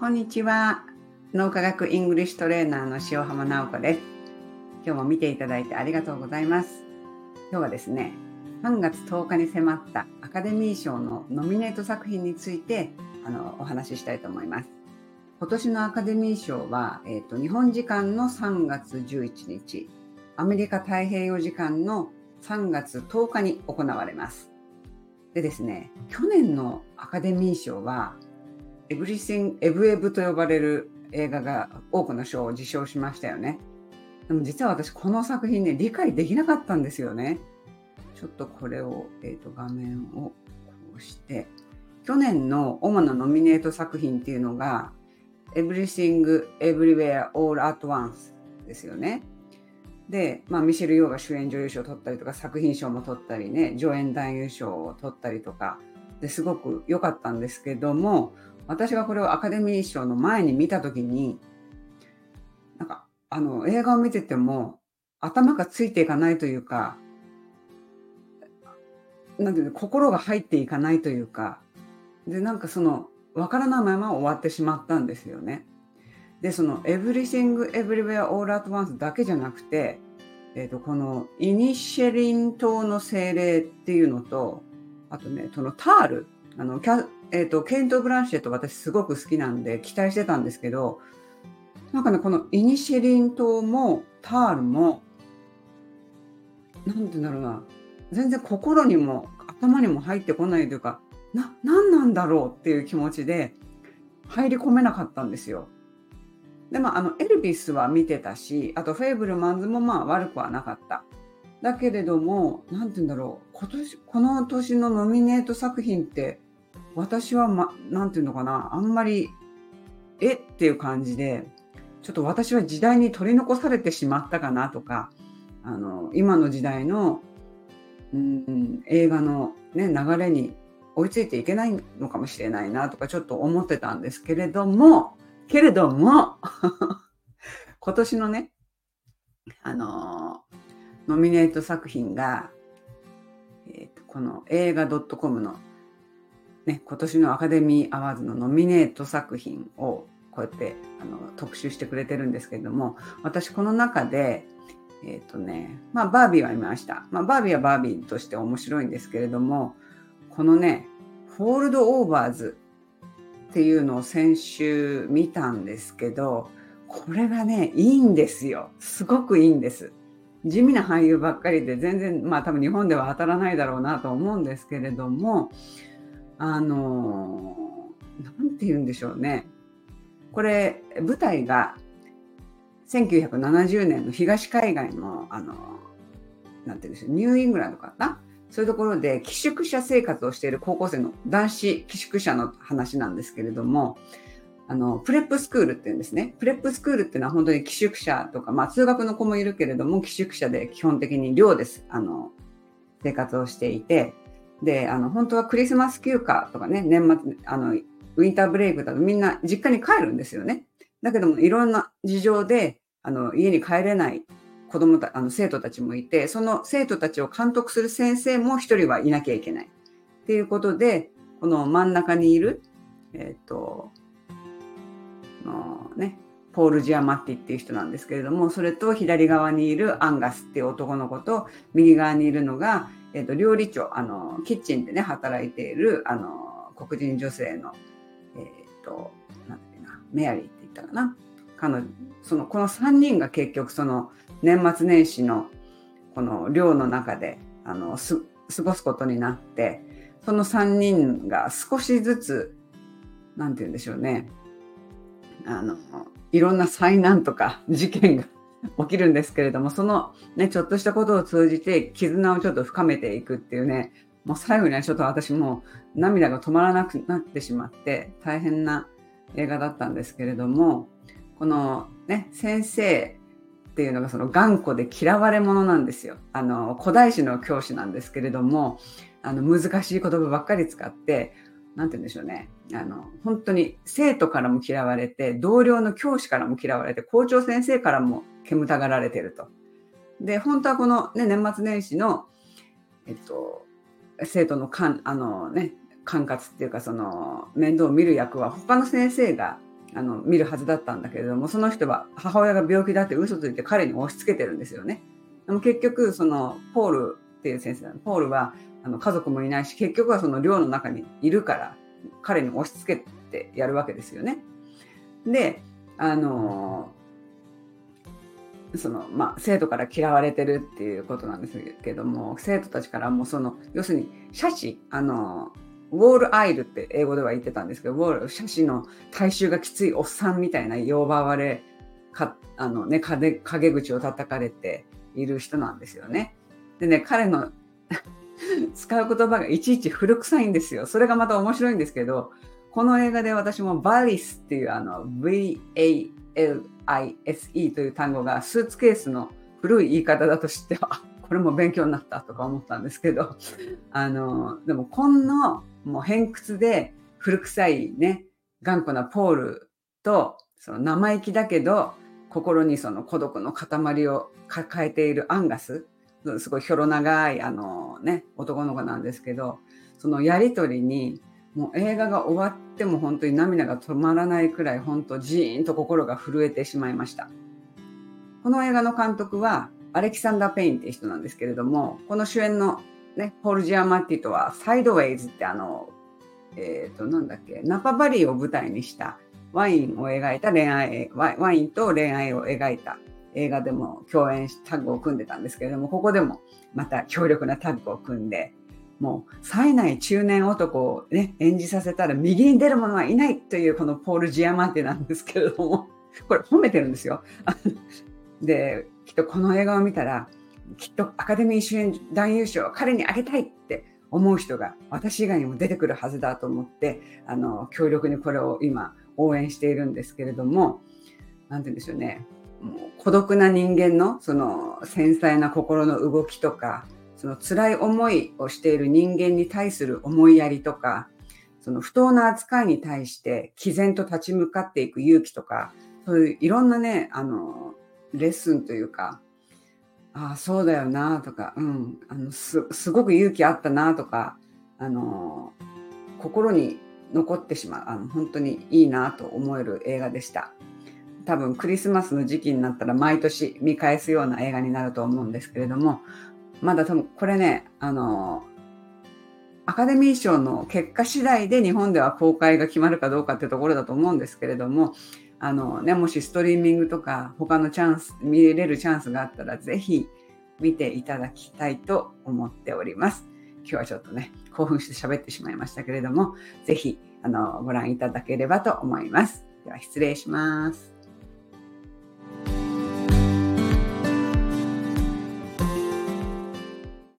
こんにちは。脳科学イングリッシュトレーナーの塩浜直子です。今日も見ていただいてありがとうございます。今日はですね、3月10日に迫ったアカデミー賞のノミネート作品についてお話ししたいと思います。今年のアカデミー賞は、日本時間の3月11日、アメリカ太平洋時間の3月10日に行われます。でですね、去年のアカデミー賞はEverything Everywhereと呼ばれる映画が多くの賞を受賞しましたよね。でも実は私この作品ね、理解できなかったんですよね。ちょっとこれを、画面をこうして、去年の主なノミネート作品っていうのが Everything Everywhere All at Once ですよね。で、ミシェル・ヨーが主演女優賞を取ったりとか、作品賞も取ったりね、助演男優賞を取ったりとかですごく良かったんですけども、私がこれをアカデミー賞の前に見たときに、なんか映画を見てても頭がついていかないというか、なんていうの、心が入っていかないというか、でなんかわからないまま終わってしまったんですよね。でその Everything Everywhere All at Once だけじゃなくて、このイニシェリン島の精霊っていうのと、あとね、そのタール、ケイント・ブランシェット私すごく好きなんで期待してたんですけど、なんかね、このイニシェリン島もタールも、なんて言うんだろうな、全然心にも頭にも入ってこないというか、何なんだろうっていう気持ちで入り込めなかったんですよ。でエルビスは見てたし、あとフェイブルマンズも悪くはなかった。だけれども、なんて言うんだろう、この年のノミネート作品って私は、なんていうのかな、あんまりっていう感じで、ちょっと私は時代に取り残されてしまったかなとか、今の時代の、映画の、ね、流れに追いついていけないのかもしれないなとかちょっと思ってたんですけれども今年のね、ノミネート作品が、この映画 .com のね、今年のアカデミーアワードのノミネート作品をこうやって特集してくれてるんですけれども、私この中でバービーは見ました。バービーはバービーとして面白いんですけれども、このね、フォールドオーバーズっていうのを先週見たんですけど、これがね、いいんですよ。すごくいいんです。地味な俳優ばっかりで全然多分日本では当たらないだろうなと思うんですけれども、なんて言うんでしょうね。これ舞台が1970年の東海岸のなんて言うんでしょう、ニューイングランドかな、そういうところで寄宿舎生活をしている高校生の男子寄宿舎の話なんですけれども、プレップスクールっていうんですね。プレップスクールっていうのは本当に寄宿舎とか、通学の子もいるけれども、寄宿舎で基本的に寮です生活をしていて、で本当はクリスマス休暇とかね、年末ウィンターブレイクだとみんな実家に帰るんですよね。だけどもいろんな事情で家に帰れない生徒たちもいて、その生徒たちを監督する先生も一人はいなきゃいけないっていうことで、この真ん中にいるポール・ジアマッティっていう人なんですけれども、それと左側にいるアンガスっていう男の子と、右側にいるのが、料理長、キッチンでね働いている黒人女性の、なんだっけな、メアリーって言ったかな、この3人が結局その年末年始のこの寮の中で過ごすことになって、その3人が少しずつ、なんて言うんでしょうね、いろんな災難とか事件が起きるんですけれども、そのね、ちょっとしたことを通じて絆をちょっと深めていくっていうね、もう最後にはちょっと私も涙が止まらなくなってしまって大変な映画だったんですけれども、このね、先生っていうのがその頑固で嫌われ者なんですよ。古代史の教師なんですけれども、難しい言葉ばっかり使って、なんて言うんでしょうね、本当に生徒からも嫌われて、同僚の教師からも嫌われて、校長先生からも煙たがられていると。で本当はこの、ね、年末年始の、生徒の管轄っていうか、その面倒を見る役は他の先生が見るはずだったんだけれども、その人は母親が病気だって嘘ついて彼に押し付けてるんですよね。でも結局そのポールっていう先生ポールは家族もいないし、結局はその寮の中にいるから彼に押し付けてやるわけですよね。で生徒から嫌われてるっていうことなんですけども、生徒たちからも要するに斜視ウォールアイルって英語では言ってたんですけど、斜視の体臭がきついおっさんみたいな呼ばわれ陰口を叩かれている人なんですよね。でね、彼の使う言葉がいちいち古臭いんですよ。それがまた面白いんですけど、この映画で私もバリスっていうVALISE という単語がスーツケースの古い言い方だと知って、これも勉強になったとか思ったんですけど、でもこんなもう偏屈で古臭いね、頑固なポールと、その生意気だけど心にその孤独の塊を抱えているアンガス、すごいひょろ長い男の子なんですけど、そのやりとりにもう映画が終わっても本当に涙が止まらないくらい本当ジーンと心が震えてしまいました。この映画の監督はアレキサンダー・ペインっていう人なんですけれども、この主演のね、ポール・ジアマッティとはサイドウェイズってナパバリーを舞台にしたワインと恋愛を描いた映画でも共演しタッグを組んでたんですけれども、ここでもまた強力なタッグを組んで、もう冴えない中年男をね、演じさせたら右に出る者はいないというこのポール・ジアマッティなんですけれども、これ褒めてるんですよ。で、きっとこの映画を見たら、きっとアカデミー主演男優賞を彼にあげたいって思う人が私以外にも出てくるはずだと思って、強力にこれを今応援しているんですけれども、なんて言うんでしょうね、もう孤独な人間のその繊細な心の動きとか、その辛い思いをしている人間に対する思いやりとか、その不当な扱いに対して毅然と立ち向かっていく勇気とか、そういういろんなね、レッスンというか、そうだよなとか、すごく勇気あったなとか、心に残ってしまう、本当にいいなと思える映画でした。多分クリスマスの時期になったら毎年見返すような映画になると思うんですけれども、まだ多分これね、アカデミー賞の結果次第で日本では公開が決まるかどうかってところだと思うんですけれども、もしストリーミングとか他の見れるチャンスがあったらぜひ見ていただきたいと思っております。今日はちょっとね、興奮して喋ってしまいましたけれども、ぜひご覧いただければと思います。では失礼します。